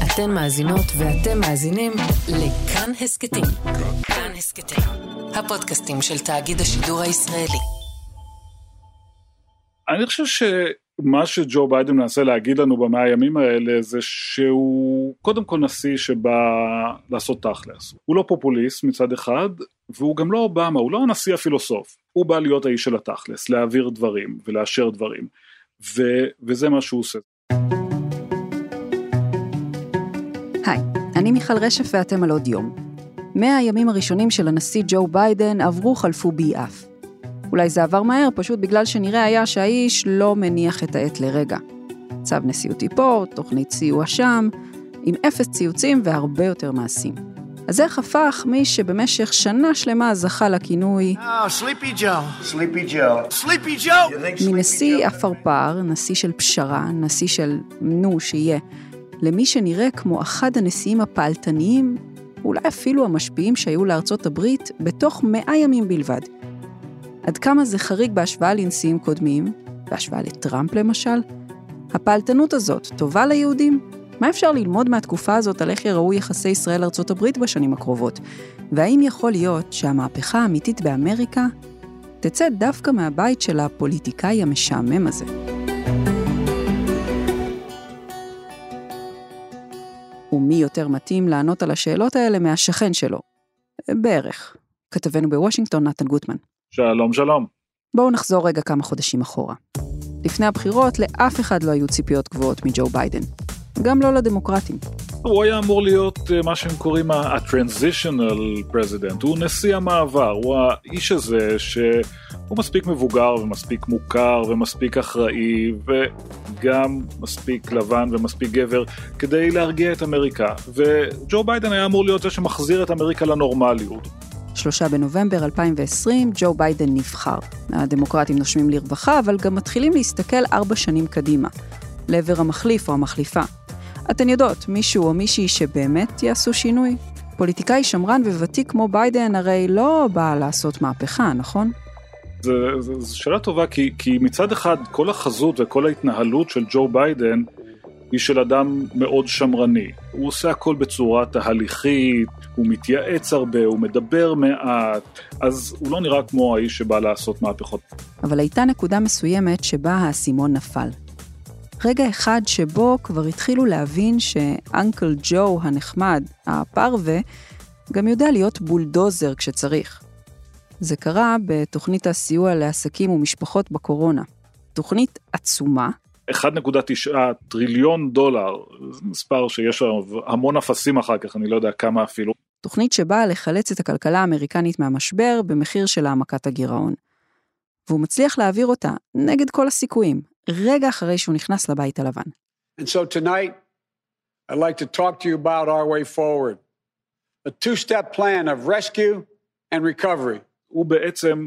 אתן מאזינות ואתם מאזינים לכאן הסקטים. כאן הסקטים, הפודקאסטים של תאגיד השידור הישראלי. אני חושב שמה שג'ו ביידן מנסה להגיד לנו במאה הימים האלה זה שהוא קודם כל נשיא שבא לעשות תכלס. הוא לא פופוליסט מצד אחד, והוא גם לא אובמה, הוא לא הנשיא הפילוסוף. הוא בא להיות האיש של התכלס, להעביר דברים ולאשר דברים. וזה מה שהוא עושה. היי, אני מיכל רשף ואתם על עוד יום. 100 הימים הראשונים של הנשיא ג'ו ביידן עברו חלפו ביעף. אולי זה עבר מהר, פשוט בגלל שנראה היה שהאיש לא מניח את העת לרגע. צו נשיאותי פה, תוכנית סיוע שם, עם 0 ציוצים והרבה יותר מעשים. אז איך הפך מי שבמשך שנה שלמה זכה לכינוי מנשיא אפרפר, נשיא של פשרה, נשיא של שיהיה, למי שנראה כמו אחד הנשיאים הפעלתניים, אולי אפילו המשפיעים שהיו לארצות הברית, בתוך 100 ימים בלבד. עד כמה זה חריג בהשוואה לנשיאים קודמים, בהשוואה לטראמפ למשל? הפעלתנות הזאת טובה ליהודים? מה אפשר ללמוד מהתקופה הזאת על איך יראו יחסי ישראל לארצות הברית בשנים הקרובות? והאם יכול להיות שהמהפכה האמיתית באמריקה תצא דווקא מהבית של הפוליטיקאי המשעמם הזה? ומי יותר מתאים לענות על השאלות האלה מהשכן שלו? בערך. כתבנו בוושינגטון נתן גוטמן. שלום, שלום. בואו נחזור רגע כמה חודשים אחורה. לפני הבחירות לאף אחד לא היו ציפיות גבוהות מג'ו ביידן. גם לא לדמוקרטים. הוא היה אמור להיות מה שהם קוראים ה-transitional president. הוא נשיא המעבר. הוא האיש הזה שהוא מספיק מבוגר ומספיק מוכר ומספיק אחראי וגם מספיק לבן ומספיק גבר כדי להרגיע את אמריקה. וג'ו ביידן היה אמור להיות זה שמחזיר את אמריקה לנורמליות. 3 בנובמבר 2020, ג'ו ביידן נבחר. הדמוקרטים נושמים לרווחה, אבל גם מתחילים להסתכל 4 שנים קדימה, לעבר המחליף או המחליפה. אתן יודעות, מישהו או מישהי שבאמת יעשו שינוי? פוליטיקאי שמרן וותיק כמו ביידן הרי לא בא לעשות מהפכה, נכון? זו שאלה טובה, כי מצד אחד כל החזות וכל ההתנהלות של ג'ו ביידן היא של אדם מאוד שמרני. הוא עושה הכל בצורה תהליכית, הוא מתייעץ הרבה, הוא מדבר מעט, אז הוא לא נראה כמו האיש שבא לעשות מהפכות. אבל הייתה נקודה מסוימת שבה האסימון נפל. רגע אחד שבו כבר התחילו להבין שאנקל ג'ו הנחמד, הפרווה, גם יודע להיות בולדוזר כשצריך. זה קרה בתוכנית הסיוע לעסקים ומשפחות בקורונה. תוכנית עצומה. 1.9 טריליון דולר, זה מספר שיש המון אפסים אחר כך, אני לא יודע כמה אפילו. תוכנית שבאה לחלץ את הכלכלה האמריקנית מהמשבר במחיר של העמקת הגירעון. והוא מצליח להעביר אותה נגד כל הסיכויים, רגע אחרי שהוא נכנס לבית הלבן. And so tonight, I'd like to talk to you about our way forward. A 2-step plan of rescue and recovery. הוא בעצם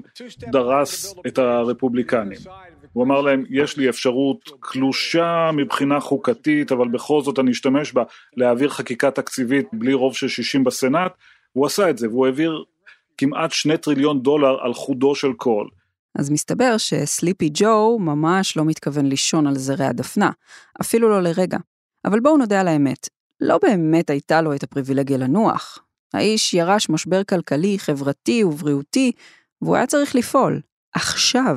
דרס את הרפובליקנים. הוא אמר להם, יש לי אפשרות קלושה מבחינה חוקתית, אבל בכל זאת אני אשתמש בה להעביר חקיקה תקציבית בלי רוב של 60 בסנאט. הוא עשה את זה, והוא העביר כמעט 2 טריליון דולר על חודו של קול. אז מסתבר שסליפי ג'ו ממש לא מתכוון לישון על זרי הדפנה, אפילו לא לרגע. אבל בואו נודע על האמת, לא באמת הייתה לו את הפריבילגיה לנוח. האיש ירש משבר כלכלי, חברתי ובריאותי, והוא היה צריך לפעול. עכשיו.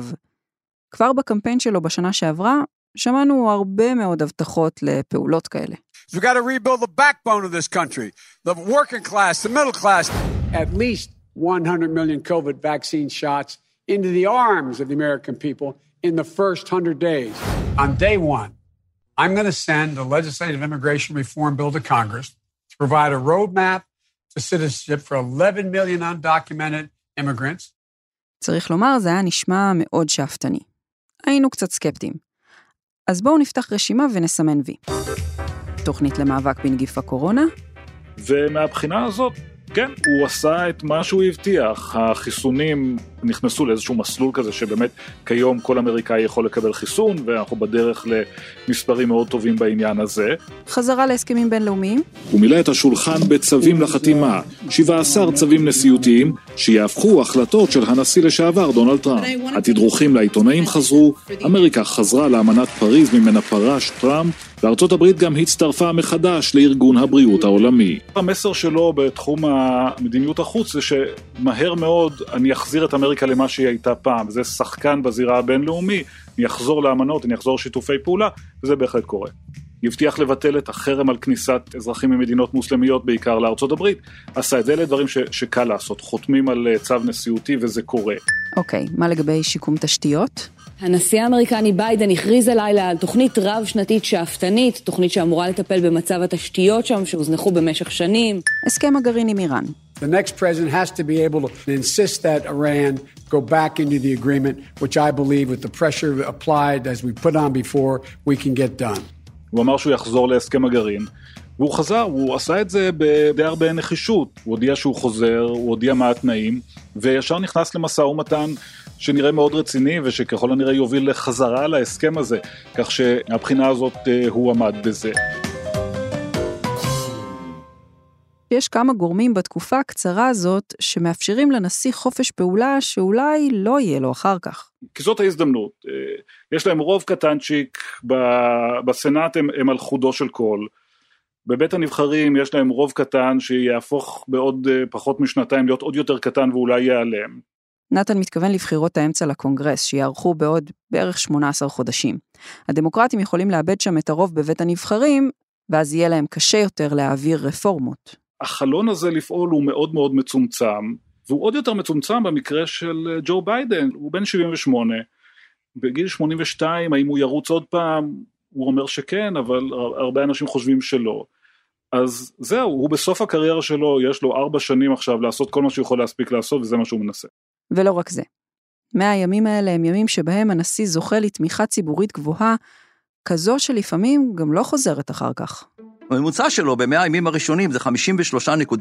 כבר בקמפיין שלו בשנה שעברה, שמענו הרבה מאוד הבטחות לפעולות כאלה. So we got to rebuild the backbone of this country, the working class, the middle class. At least 100 million COVID vaccine shots into the arms of the American people in the first 100 days. On day 1, I'm going to send a legislative immigration reform bill to Congress to provide a roadmap to citizenship for 11 million undocumented immigrants. צריך לומר, זה היה נשמע מאוד שאפתני. היינו קצת סקפטיים. אז בואו נפתח רשימה ונסמן וי. תוכנית למאבק בנגיף הקורונה. ומהבחינה הזאת, כן, הוא עשה את מה שהוא הבטיח. החיסונים נכנסו לאיזשהו מסלול כזה שבאמת כיום כל אמריקאי יכול לקבל חיסון, ואנחנו בדרך למספרים מאוד טובים בעניין הזה. חזרה להסכמים בינלאומיים. הוא מילא את השולחן בצווים לחתימה, 17 צווים נשיאותיים, שיהפכו החלטות של הנשיא לשעבר דונלד טראמפ. התדרוכים לעיתונאים חזרו, אמריקה חזרה לאמנת פריז ממנה פרש טראמפ, וארצות הברית גם הצטרפה מחדש לארגון הבריאות העולמי. המסר שלו בתחום המדיניות החוץ זה שמהר מאוד אני אחזיר את אמריקה למה שהיא הייתה פעם. זה שחקן בזירה הבינלאומי, אני אחזור לאמנות, אני אחזור שיתופי פעולה, וזה בהחלט קורה. יבטיח לבטל את החרם על כניסת אזרחים ממדינות מוסלמיות, בעיקר לארצות הברית. עשה את זה, אלה דברים שקל לעשות. חותמים על צו נשיאותי וזה קורה. אוקיי, מה לגבי שיקום תשתיות? הנשיא האמריקני ביידן הכריז הלילה על תוכנית רב-שנתית שאפתנית, תוכנית שאמורה לטפל במצב התשתיות שם, שהוזנחו במשך שנים. הסכם הגרעין עם איראן. The next president has to be able to insist that Iran go back into the agreement, which I believe with the pressure applied as we put on before, we can get done. הוא אמר שהוא יחזור להסכם הגרעין, והוא חזר, הוא עשה את זה בדי הרבה נחישות. הוא הודיע שהוא חוזר, הוא הודיע מה התנאים, וישר נכנס למשא ומתן שנראה מאוד רציני, ושככל הנראה יוביל לחזרה להסכם הזה, כך שהבחינה הזאת הוא עמד בזה. יש כמה גורמים בתקופה הקצרה הזאת שמאפשרים לנשיא חופש פעולה שאולי לא יהיה לו אחר כך. כי זאת ההזדמנות. יש להם רוב קטנצ'יק, בסנאט הם על חודו של קול. בבית הנבחרים יש להם רוב קטן שיהפוך בעוד פחות משנתיים להיות עוד יותר קטן ואולי ייעלם. נתן מתכוון לבחירות האמצע לקונגרס שיערכו בעוד בערך 18 חודשים. הדמוקרטים יכולים לאבד שם את הרוב בבית הנבחרים, ואז יהיה להם קשה יותר להעביר רפורמות. החלון הזה לפעול הוא מאוד מאוד מצומצם, והוא עוד יותר מצומצם במקרה של ג'ו ביידן. הוא בן 78, בגיל 82, האם הוא ירוץ עוד פעם? הוא אומר שכן, אבל הרבה אנשים חושבים שלא. אז זהו, הוא בסוף הקריירה שלו, יש לו 4 שנים עכשיו לעשות כל מה שהוא יכול להספיק לעשות, וזה מה שהוא מנסה. ולא רק זה. 100 הימים האלה הם ימים שבהם הנשיא זוכה לתמיכה ציבורית גבוהה, כזו שלפעמים גם לא חוזרת אחר כך. הממוצע שלו ב100 הימים הראשונים זה 53.4%.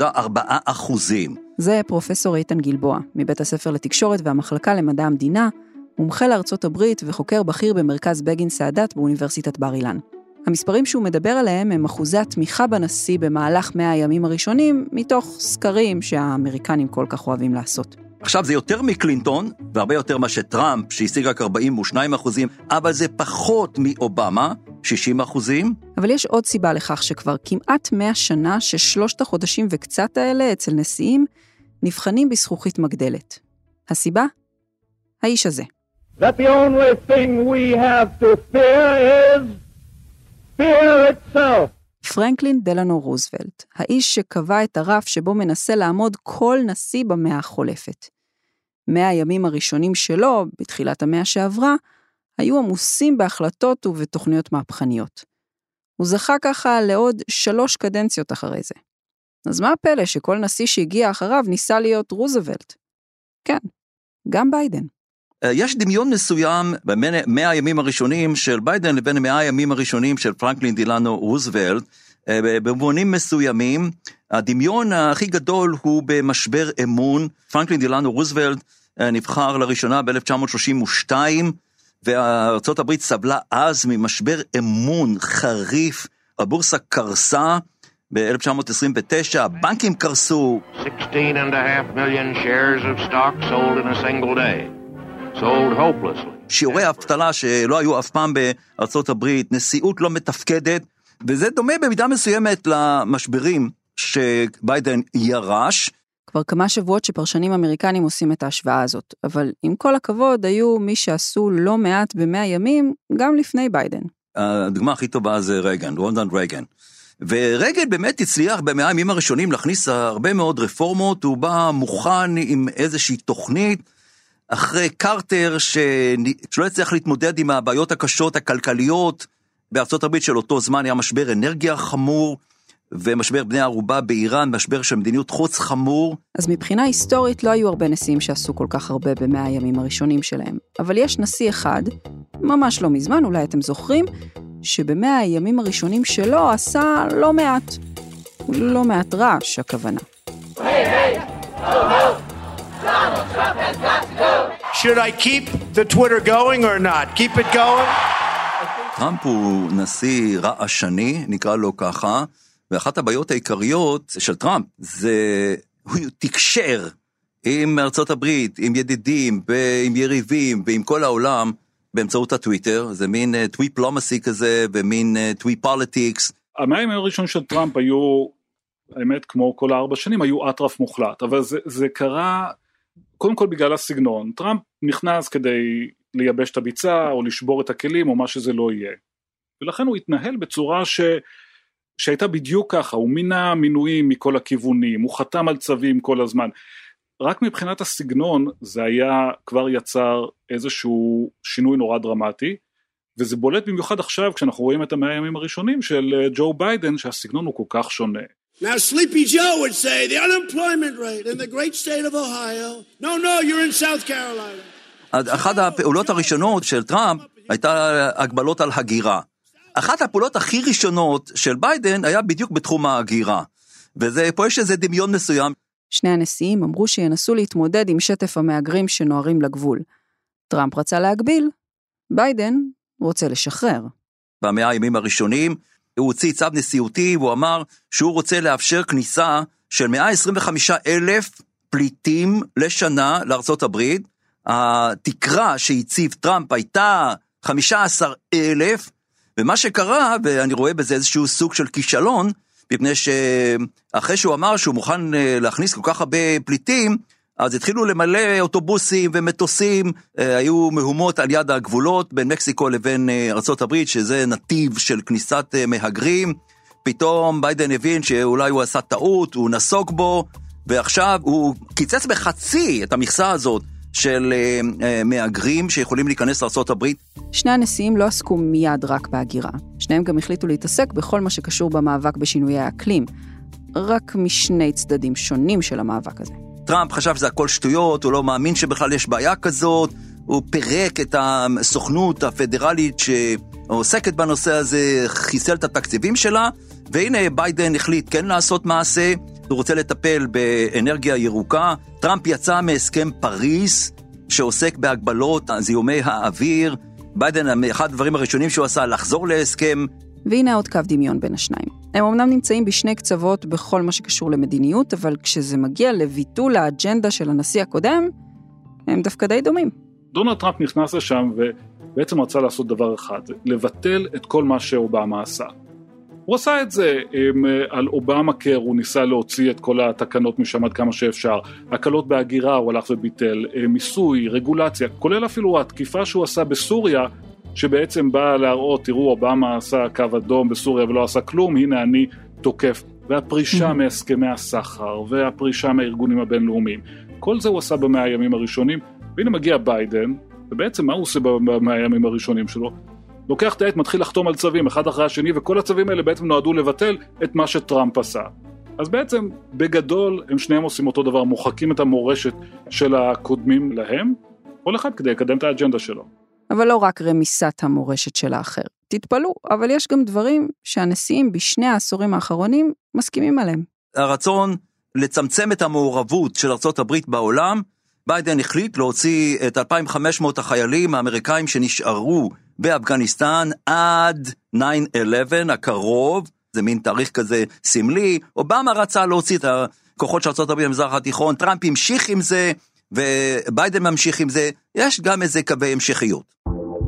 זה פרופסור איתן גלבוע, מבית הספר לתקשורת והמחלקה למדע המדינה, מומחה לארצות הברית וחוקר בכיר במרכז בגין סעדת באוניברסיטת בר אילן. המספרים שהוא מדבר עליהם הם אחוזי התמיכה בנשיא במהלך 100 הימים הראשונים, מתוך סקרים שהאמריקנים כל כך אוהבים לעשות. עכשיו זה יותר מקלינטון, והרבה יותר מה שטראמפ, שהשיג רק 42%, אבל זה פחות מאובמה, 60%. אבל יש עוד סיבה לכך שכבר כמעט 100 שנה ששלושת החודשים וקצת האלה אצל נשיאים נבחנים בזכוכית מגדלת. הסיבה? האיש הזה. That the only thing we have to fear is fear itself. פרנקלין דלאנו רוזוולט, האיש שקבע את הרף שבו מנסה לעמוד כל נשיא במאה החולפת. 100 הימים הראשונים שלו, בתחילת המאה שעברה, היו עמוסים בהחלטות ובתוכניות מהפכניות. הוא זכה ככה לעוד 3 קדנציות אחרי זה. אז מה הפלא שכל נשיא שהגיע אחריו ניסה להיות רוזוולט? כן, גם ביידן. יש דמיון מסוים בין 100 הימים הראשונים של ביידן לבין 100 הימים הראשונים של פרנקלין דלאנו רוזוולט. במובנים מסוימים, הדמיון הכי גדול הוא במשבר אמון. פרנקלין דלאנו רוזוולט נבחר לראשונה ב-1932, וארצות הברית סבלה אז ממשבר אמון חריף. הבורסה קרסה ב-1929, הבנקים קרסו. 16.5 million shares of stock sold in a single day. sold hopelessly. שיעורי אבטלה שלא היו אף פעם בארצות הברית, נשיאות לא מתפקדת, וזה דומה במידה מסוימת למשברים שביידן ירש. כבר כמה שבועות שפרשנים אמריקנים עושים את ההשוואה הזאת, אבל עם כל הכבוד היו מי שעשו לא מעט ב100 ימים, גם לפני ביידן. הדוגמה הכי טובה זה רגן, רונלד רגן. ורגן באמת הצליח ב100 הימים הראשונים להכניס הרבה מאוד רפורמות, הוא בא מוכן עם איזושהי תוכנית, אחרי קרטר שלא הצליח להתמודד עם הבעיות הקשות הכלכליות, בארצות הברית של אותו זמן היה משבר אנרגיה חמור, ומשבר בני ערובה באיראן, משבר של מדיניות חוץ חמור. אז מבחינה היסטורית לא היו הרבה נשיאים שעשו כל כך הרבה ב100 הימים הראשונים שלהם, אבל יש נשיא אחד, ממש לא מזמן, אולי אתם זוכרים, שב100 הימים הראשונים שלו עשה לא מעט רעש הכוונה. Should I keep the Twitter going or not? Keep it going? טראמפ הוא נשיא רעשני, נקרא לו ככה, ואחת הבעיות העיקריות של טראמפ זה הוא תקשר עם ארצות הברית, עם ידידים, עם יריבים, ועם כל העולם, באמצעות הטוויטר, זה מין טוויפלומסי כזה, ומין טוויפוליטיקס. המאה הראשון של טראמפ היו, האמת, כמו כל 4 שנים, היו אטרף מוחלט, אבל זה קרה, קודם כל בגלל הסגנון. טראמפ נכנס כדי לייבש את הביצה, או לשבור את הכלים, או מה שזה לא יהיה. ולכן הוא התנהל בצורה שהייתה בדיוק ככה, הוא מינה מינויים מכל הכיוונים, הוא חתם על צווים כל הזמן. רק מבחינת הסגנון, זה היה, כבר יצר איזשהו שינוי נורא דרמטי, וזה בולט במיוחד עכשיו, כשאנחנו רואים את 100 הימים הראשונים של ג'ו ביידן, שהסגנון הוא כל כך שונה. Now Sleepy Joe would say, the unemployment rate in the great state of Ohio, no, you're in South Carolina. אחת הפעולות הראשונות של טראמפ, הייתה הגבלות על הגירה. אחת הפעולות הכי ראשונות של ביידן, היה בדיוק בתחום ההגירה. פה יש איזה דמיון מסוים. שני הנשיאים אמרו שינסו להתמודד עם שטף המהגרים שנוערים לגבול. טראמפ רצה להגביל, ביידן רוצה לשחרר. ב100 הימים הראשונים, הוא הוציא צו נשיאותי, והוא אמר שהוא רוצה לאפשר כניסה של 125,000 פליטים לשנה לארצות הברית. התקרה שהציב טראמפ הייתה 15,000, ומה שקרה, ואני רואה בזה איזשהו סוג של כישלון, מפני שאחרי שהוא אמר שהוא מוכן להכניס כל כך הרבה פליטים, אז התחילו למלא אוטובוסים ומטוסים, היו מהומות על יד הגבולות בין מקסיקו לבין ארצות הברית, שזה נתיב של כניסת מהגרים. פתאום ביידן הבין שאולי הוא עשה טעות, הוא נסוג בו, ועכשיו הוא קיצץ בחצי את המכסה הזאת של מהגרים שיכולים להיכנס לארצות הברית. שני הנשיאים לא עסקו מיד רק בהגירה. שניהם גם החליטו להתעסק בכל מה שקשור במאבק בשינויי האקלים, רק משני צדדים שונים של המאבק הזה. טראמפ חשב שזה הכל שטויות, הוא לא מאמין שבכלל יש בעיה כזאת, הוא פירק את הסוכנות הפדרלית שעוסקת בנושא הזה, חיסל את התקציבים שלה, והנה ביידן החליט כן לעשות מעשה, הוא רוצה לטפל באנרגיה ירוקה. טראמפ יצא מהסכם פריז, שעוסק בהגבלות זיהומי האוויר. ביידן, אחד הדברים הראשונים שהוא עשה, לחזור להסכם. והנה עוד קו דמיון בין השניים. הם אמנם נמצאים בשני קצוות בכל מה שקשור למדיניות, אבל כשזה מגיע לביטול האג'נדה של הנשיא הקודם, הם דווקא די דומים. דונלד טראמפ נכנס לשם ובעצם רצה לעשות דבר אחד, לבטל את כל מה שאובמה עשה. הוא עשה את זה על אובמה קר, הוא ניסה להוציא את כל התקנות משם עד כמה שאפשר, הקלות בהגירה הוא הלך וביטל, מיסוי, רגולציה, כולל אפילו התקיפה שהוא עשה בסוריה, שבעצם באה להראות, תראו, אובמה עשה קו אדום בסוריה ולא עשה כלום, הנה אני תוקף, והפרישה מהסכמי הסחר, והפרישה מהארגונים הבינלאומיים, כל זה הוא עשה ב100 הימים הראשונים, והנה מגיע ביידן, ובעצם מה הוא עושה ב100 הימים הראשונים שלו? לוקח את העת, מתחיל לחתום על צווים אחד אחרי השני, וכל הצווים האלה בעצם נועדו לבטל את מה שטראמפ עשה. אז בעצם בגדול הם שניהם עושים אותו דבר, מוחקים את המורשת של הקודמים להם, כל אחד כדי לקדם את האג'נדה שלו. אבל לא רק רמיסת המורשת של האחר. תתפלו, אבל יש גם דברים שהנשיאים בשני העשורים האחרונים מסכימים עליהם. הרצון לצמצם את המעורבות של ארצות הברית בעולם, ביידן החליט להוציא את 2,500 החיילים האמריקאים שנשארו באפגניסטן עד 9/11 הקרוב, זה מין תאריך כזה סמלי. אובמה רצה להוציא את הכוחות של ארצות הברית במזרח התיכון, טראמפ המשיך עם זה, וביידן ממשיך עם זה, יש גם איזה קווי המשכיות.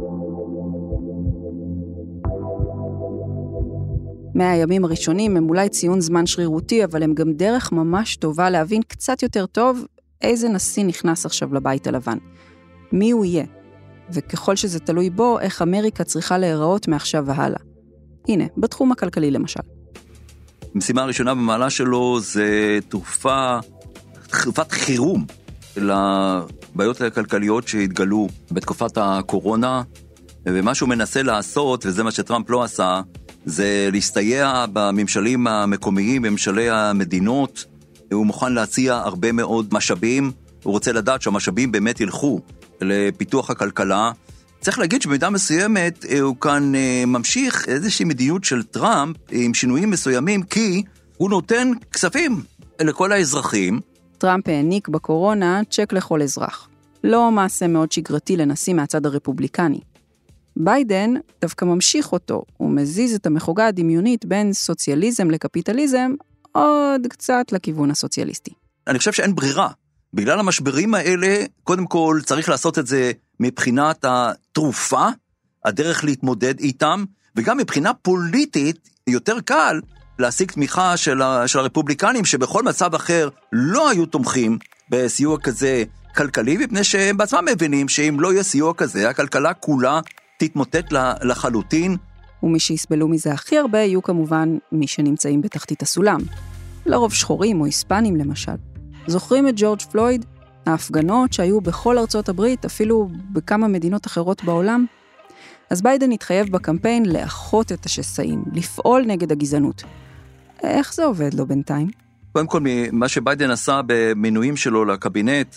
100 הימים הראשונים הם אולי ציון זמן שרירותי, אבל הם גם דרך ממש טובה להבין קצת יותר טוב איזה נשיא נכנס עכשיו לבית הלבן. מי הוא יהיה? וככל שזה תלוי בו, איך אמריקה צריכה להיראות מעכשיו והלאה. הנה, בתחום הכלכלי למשל. המשימה הראשונה במעלה שלו זה תקופת חירום לבעיות הכלכליות שהתגלו בתקופת הקורונה, ומה שהוא מנסה לעשות, וזה מה שטראמפ לא עשה, זה להסתייע בממשלים המקומיים, בממשלי המדינות. הוא מוכן להציע הרבה מאוד משאבים, הוא רוצה לדעת שהמשאבים באמת ילכו לפיתוח הכלכלה. צריך להגיד שבמידה מסוימת הוא כאן ממשיך איזושהי מדיניות של טראמפ עם שינויים מסוימים, כי הוא נותן כספים לכל האזרחים. טראמפ העניק בקורונה צ'ק לכל אזרח. לא מעשה מאוד שגרתי לנשיא מהצד הרפובליקני. ביידן דווקא ממשיך אותו, הוא מזיז את המחוגה הדמיונית בין סוציאליזם לקפיטליזם, עוד קצת לכיוון הסוציאליסטי. אני חושב שאין ברירה בגלל המשברים האלה, קודם כל צריך לעשות את זה מבחינת התרופה, הדרך להתמודד איתם, וגם מבחינה פוליטית יותר קל להשיג תמיכה של הרפובליקנים, שבכל מצב אחר לא היו תומכים בסיוע כזה כלכלי, מפני שהם בעצמם מבינים שאם לא יהיה סיוע כזה, הכלכלה כולה תתמוטט לחלוטין. ומי שיסבלו מזה הכי הרבה יהיו כמובן מי שנמצאים בתחתית הסולם. לרוב שחורים או היספנים למשל. זוכרים את ג'ורג' פלויד? ההפגנות שהיו בכל ארצות הברית, אפילו בכמה מדינות אחרות בעולם? אז ביידן התחייב בקמפיין לאחות את השסעים, לפעול נגד הגזענות. איך זה עובד לו בינתיים? קודם כל, מה שביידן עשה במינויים שלו לקבינט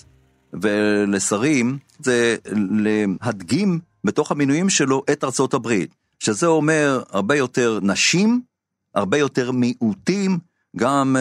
ולשרים, זה להדגים בתוך המינויים שלו את ארצות הברית. שזה אומר הרבה יותר נשים, הרבה יותר מיעוטים, גם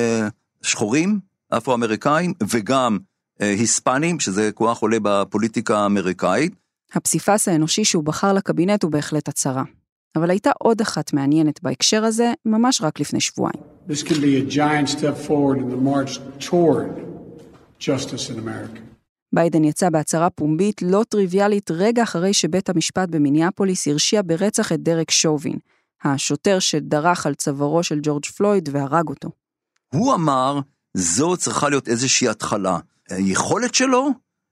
שחורים, אפרו-אמריקאים, וגם היספנים, שזה כוח עולה בפוליטיקה האמריקאית. הפסיפס האנושי שהוא בחר לקבינט הוא בהחלט הצהרה. אבל הייתה עוד אחת מעניינת בהקשר הזה, ממש רק לפני שבועיים. This can be a giant step forward in the march toward justice in America. ביידן יצא בהצהרה פומבית לא טריוויאלית רגע אחרי שבית המשפט במיניאפוליס הרשיע ברצח את דרק שובין, השוטר שדרך על צווארו של ג'ורג' פלויד והרג אותו. הוא אמר, זו צריכה להיות איזושהי התחלה. היכולת שלו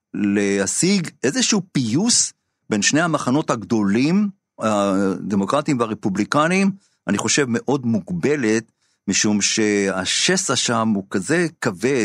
להשיג איזשהו פיוס בין שני המחנות הגדולים, הדמוקרטים והרפובליקנים, אני חושב מאוד מוגבלת, משום שהשסע שם הוא כזה כבד,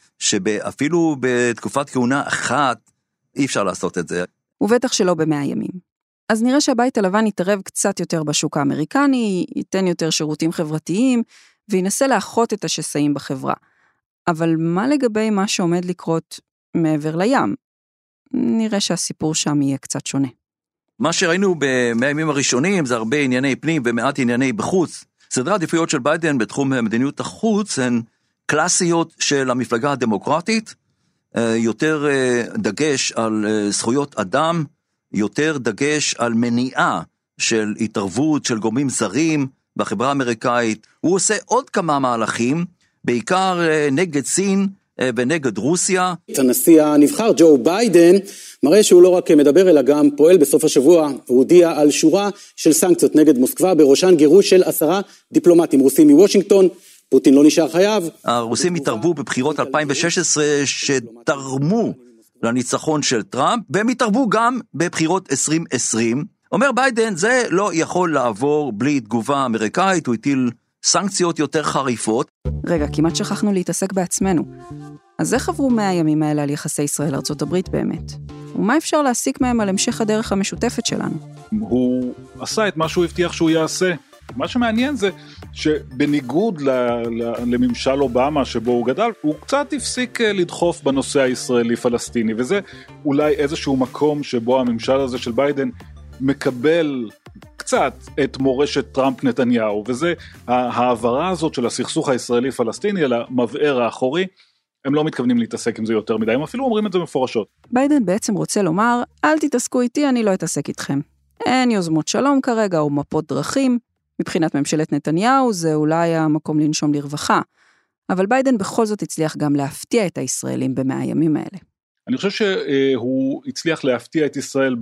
שאפילו בתקופת כהונה אחת אי אפשר לעשות את זה. ובטח שלא ב100 ימים. אז נראה שהבית הלבן יתערב קצת יותר בשוק האמריקני, ייתן יותר שירותים חברתיים, וינסה לאחות את השסעים בחברה. אבל מה לגבי מה שעומד לקרות מעבר לים? נראה שהסיפור שם יהיה קצת שונה. מה שראינו ב100 הימים הראשונים זה הרבה ענייני פנים ומעט ענייני בחוץ. סדרי העדיפויות של ביידן בתחום מדיניות החוץ הן קלאסיות של המפלגה הדמוקרטית, יותר דגש על זכויות אדם, יותר דגש על מניעה של התערבות של גורמים זרים בחברה האמריקאית. הוא עושה עוד כמה מהלכים, בעיקר נגד סין ונגד רוסיה. הנשיא הנבחר ג'ו ביידן מראה שהוא לא רק מדבר אלא גם פועל. בסוף השבוע הוא הודיע על שורה של סנקציות נגד מוסקבה, בראשן גירוש של 10 דיפלומטים רוסים מוושינגטון. פוטין לא נשאר חייב. הרוסים התערבו בבחירות 2016 שתרמו לניצחון של טראמפ, והם התערבו גם בבחירות 2020. אומר ביידן, זה לא יכול לעבור בלי תגובה אמריקאית, הוא הטיל סנקציות יותר חריפות. רגע, כמעט שכחנו להתעסק בעצמנו. אז איך עברו 100 הימים האלה על יחסי ישראל ארצות הברית באמת? ומה אפשר להסיק מהם על המשך הדרך המשותפת שלנו? הוא עשה את מה שהוא הבטיח שהוא יעשה. מה שמעניין זה שבניגוד לממשל אובמה שבו הוא גדל, הוא קצת הפסיק לדחוף בנושא הישראלי-פלסטיני, וזה אולי איזשהו מקום שבו הממשל הזה של ביידן מקבל קצת את מורשת טראמפ נתניהו, וזה העברה הזאת של הסכסוך הישראלי-פלסטיני אל המבער האחורי. הם לא מתכוונים להתעסק עם זה יותר מדי, הם אפילו אומרים את זה מפורשות. ביידן בעצם רוצה לומר, אל תתעסקו איתי, אני לא אתעסק איתכם. אין יוזמות שלום כרגע או מפות דרכים, מבחינת ממשלת נתניהו זה אולי המקום לנשום לרווחה, אבל ביידן בכל זאת הצליח גם להפתיע את הישראלים ב100 הימים האלה. אני חושב שהוא הצליח להפתיע את ישראל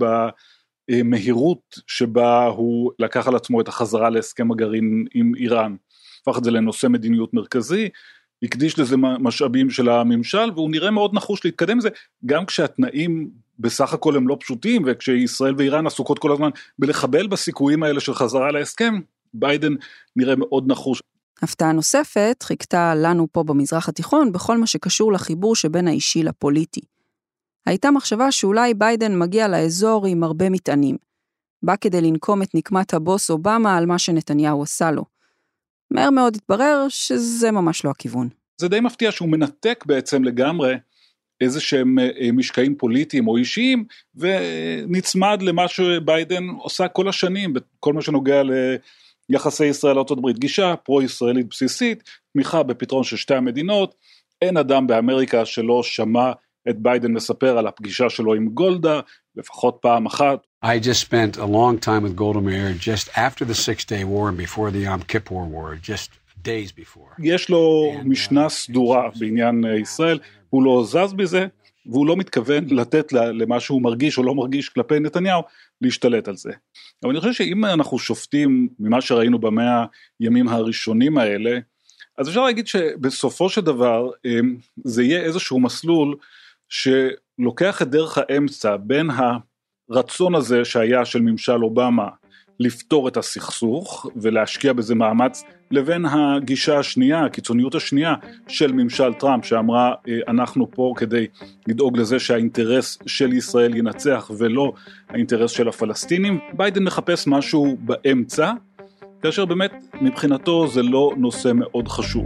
במהירות שבה הוא לקח על עצמו את החזרה להסכם הגרעין עם איראן, הפך את זה לנושא מדיניות מרכזי, הקדיש לזה משאבים של הממשל, והוא נראה מאוד נחוש להתקדם עם זה, גם כשהתנאים בסך הכל הם לא פשוטים, וכשישראל ואיראן עסוקות כל הזמן בלחבל בסיכויים האלה של חזרה להסכם, ביידן נראה מאוד נחוש. הפתעה נוספת חיכתה לנו פה במזרח התיכון בכל מה שקשור לחיבור שבין האישי לפוליטי. הייתה מחשבה שאולי ביידן מגיע לאזור עם הרבה מטענים, בא כדי לנקום את נקמת הבוס אובמה על מה שנתניהו עשה לו. מהר מאוד התברר שזה ממש לא הכיוון. זה די מפתיע שהוא מנתק בעצם לגמרי איזה שהם משקעים פוליטיים או אישיים, ונצמד למה שביידן עושה כל השנים, בכל מה שנוגע ליחסי ישראל לארצות הברית, גישה פרו-ישראלית בסיסית, תמיכה בפתרון של שתי המדינות, אין אדם באמריקה שלא שמע את ביידן מספר על הפגישה שלו עם גולדה, לפחות פעם אחת. I just spent a long time with Golda Meir just after the 6-Day War and before the Yom Kippur War, just יש לו משנה סדורה בעניין ישראל, הוא לא זז בזה, והוא לא מתכוון לתת למה שהוא מרגיש או לא מרגיש כלפי נתניהו, להשתלט על זה. אבל אני חושב שאם אנחנו שופטים ממה שראינו במאה ימים הראשונים האלה, אז אפשר להגיד שבסופו של דבר, זה יהיה איזשהו מסלול, שלוקח את דרך האמצע, בין הרצון הזה שהיה של ממשל אובמה, לפתור את הסכסוך, ולהשקיע בזה מאמץ, לבין הגישה השנייה, הקיצוניות השנייה, של ממשל טראמפ, שאמרה, אנחנו פה כדי לדאוג לזה שהאינטרס של ישראל ינצח, ולא האינטרס של הפלסטינים. ביידן מחפש משהו באמצע, כאשר באמת מבחינתו זה לא נושא מאוד חשוב.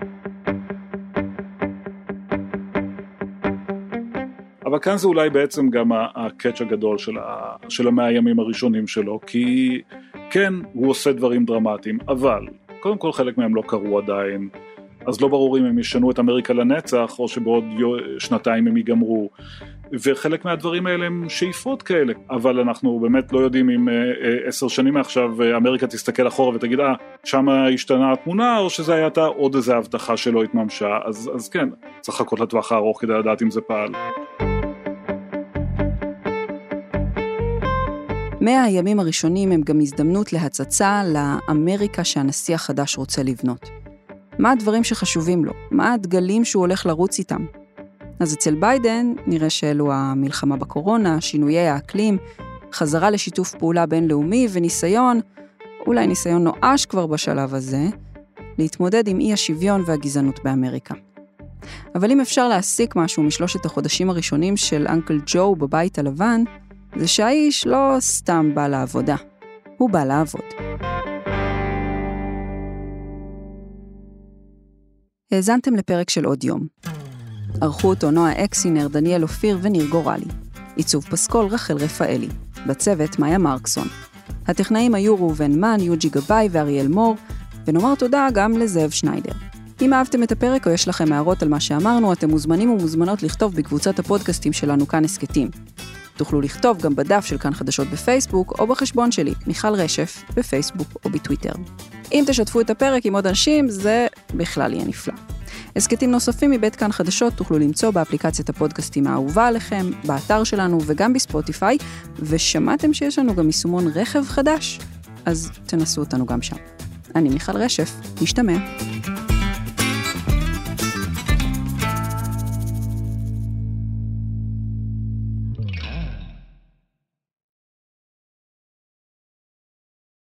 אבל כאן זה אולי בעצם גם הקאץ' הגדול של 100 הימים הראשונים שלו, כי כן, הוא עושה דברים דרמטיים, אבל קודם כל חלק מהם לא קרו עדיין, אז לא ברור אם הם ישנו את אמריקה לנצח, או שבעוד שנתיים הם ייגמרו, וחלק מהדברים האלה הם שאיפות כאלה, אבל אנחנו באמת לא יודעים אם 10 שנים מעכשיו אמריקה תסתכל אחורה ותגיד, שמה השתנה התמונה, או שזה הייתה עוד איזו הבטחה שלא התממשה, אז כן, צריך לחכות לטווח הארוך כדי לדעת אם זה פעל. 100 הימים הראשונים הם גם הזדמנות להצצה לאמריקה שהנשיא החדש רוצה לבנות. מה הדברים שחשובים לו? מה הדגלים שהוא הולך לרוץ איתם? אז אצל ביידן נראה שאלו המלחמה בקורונה, שינויי האקלים, חזרה לשיתוף פעולה בינלאומי וניסיון, אולי ניסיון נואש כבר בשלב הזה, להתמודד עם אי השוויון והגזענות באמריקה. אבל אם אפשר להסיק משהו משלושת החודשים הראשונים של אנקל ג'ו בבית הלבן, זה שהאיש לא סתם בא לעבודה, הוא בא לעבוד. האזנתם לפרק של עוד יום. ערכו אותו נועה אקסינר, דניאל אופיר וניר גורלי. עיצוב פסקול רחל רפאלי. בצוות מאיה מרקסון. הטכנאים היו ראובן מן, יוג'י גבאי ואריאל מור, ונאמר תודה גם לזאב שניידר. אם אהבתם את הפרק או יש לכם הערות על מה שאמרנו, אתם מוזמנים ומוזמנות לכתוב בקבוצת הפודקאסטים שלנו כאן הסקטים. תוכלו לכתוב גם בדף של כאן חדשות בפייסבוק או בחשבון שלי, מיכל רשף, בפייסבוק או בטוויטר. אם תשתפו את הפרק עם עוד אנשים, זה בכלל יהיה נפלא. הסקטים נוספים מבית כאן חדשות תוכלו למצוא באפליקציית הפודקאסטים האהובה עליכם, באתר שלנו וגם בספוטיפיי, ושמעתם שיש לנו גם יישומון רכב חדש? אז תנסו אותנו גם שם. אני מיכל רשף, משתמע.